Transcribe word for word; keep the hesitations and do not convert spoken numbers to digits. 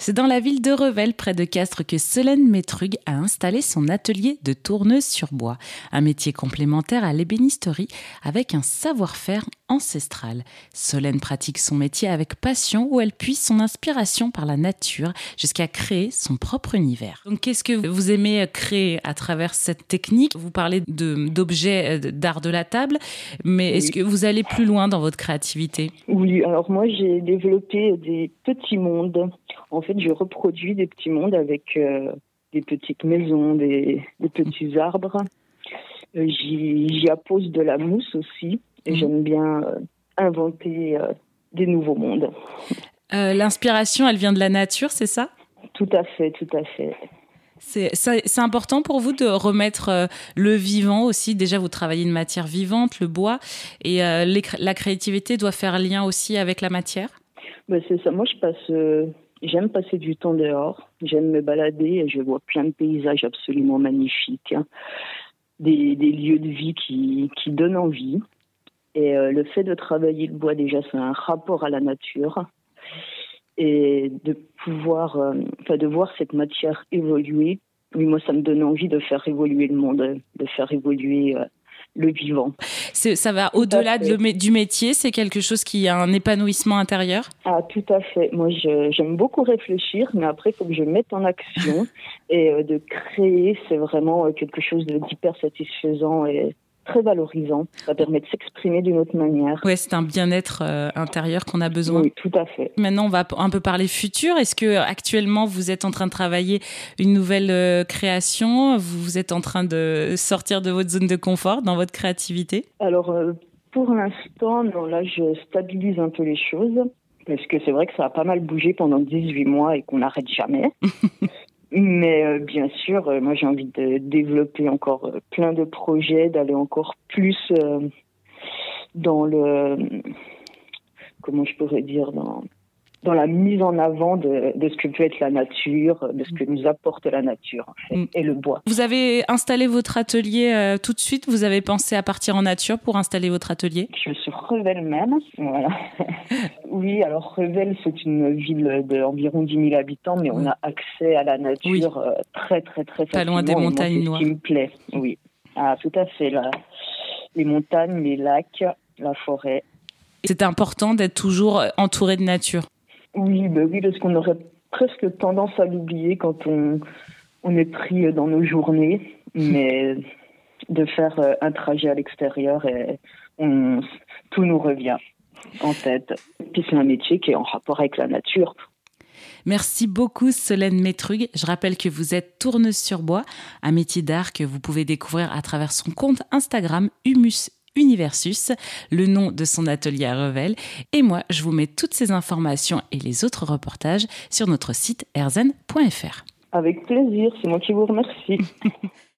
C'est dans la ville de Revel, près de Castres, que Solène Métrug a installé son atelier de tourneuse sur bois. Un métier complémentaire à l'ébénisterie avec un savoir-faire ancestral. Solène pratique son métier avec passion où elle puise son inspiration par la nature jusqu'à créer son propre univers. Donc qu'est-ce que vous aimez créer à travers cette technique ? Vous parlez de, d'objets d'art de la table, mais oui. Est-ce que vous allez plus loin dans votre créativité ? Oui, alors moi j'ai développé des petits mondes. En fait, je reproduis des petits mondes avec euh, des petites maisons, des, des petits arbres. Euh, j'y, j'y appose de la mousse aussi. Et mmh. j'aime bien euh, inventer euh, des nouveaux mondes. Euh, l'inspiration, elle vient de la nature, c'est ça ? Tout à fait, tout à fait. C'est, c'est, c'est important pour vous de remettre euh, le vivant aussi. Déjà, vous travaillez une matière vivante, le bois. Et euh, les, la créativité doit faire lien aussi avec la matière ? Ben, c'est ça. Moi, je passe... Euh... J'aime passer du temps dehors, j'aime me balader et je vois plein de paysages absolument magnifiques, hein. des, des lieux de vie qui, qui donnent envie. Et euh, le fait de travailler le bois, déjà, c'est un rapport à la nature. Et de pouvoir, euh, enfin, de voir cette matière évoluer, oui, moi, ça me donne envie de faire évoluer le monde, de faire évoluer euh, le vivant. C'est, ça va au-delà de le, du métier, c'est quelque chose qui a un épanouissement intérieur ? Ah, tout à fait. Moi, je, j'aime beaucoup réfléchir, mais après, il faut que je mette en action. Et euh, de créer, c'est vraiment euh, quelque chose de, d'hyper satisfaisant et très valorisant. Ça permet de s'exprimer d'une autre manière. Oui, c'est un bien-être euh, intérieur qu'on a besoin. Oui, tout à fait. Maintenant, on va un peu parler futur. Est-ce que actuellement vous êtes en train de travailler une nouvelle euh, création ? Vous êtes en train de sortir de votre zone de confort dans votre créativité ? Alors, euh, pour l'instant, non, là, je stabilise un peu les choses. Parce que c'est vrai que ça a pas mal bougé pendant dix-huit mois et qu'on n'arrête jamais. Mais euh, bien sûr, euh, moi j'ai envie de développer encore euh, plein de projets, d'aller encore plus euh, dans le... Comment je pourrais dire dans, dans la mise en avant de, de ce que peut être la nature, de ce que nous apporte la nature en fait, et le bois. Vous avez installé votre atelier euh, tout de suite ? Vous avez pensé à partir en nature pour installer votre atelier ? Je suis Revel même, voilà. Oui, alors Revel, c'est une ville d'environ dix mille habitants, mais on a accès à la nature oui. euh, très très très facilement. Pas loin des montagnes noires. C'est ce qui me plaît, oui. Ah, tout à fait, là. Les montagnes, les lacs, la forêt. C'est important d'être toujours entouré de nature. Oui, bah oui, parce qu'on aurait presque tendance à l'oublier quand on, on est pris dans nos journées, mais de faire un trajet à l'extérieur, et on, tout nous revient en tête. Puis c'est un métier qui est en rapport avec la nature. Merci beaucoup Solène Métrug. Je rappelle que vous êtes tourneuse sur bois, un métier d'art que vous pouvez découvrir à travers son compte Instagram Humus Universus, le nom de son atelier à Revel. Et moi, je vous mets toutes ces informations et les autres reportages sur notre site erzen point f r. Avec plaisir, c'est moi qui vous remercie.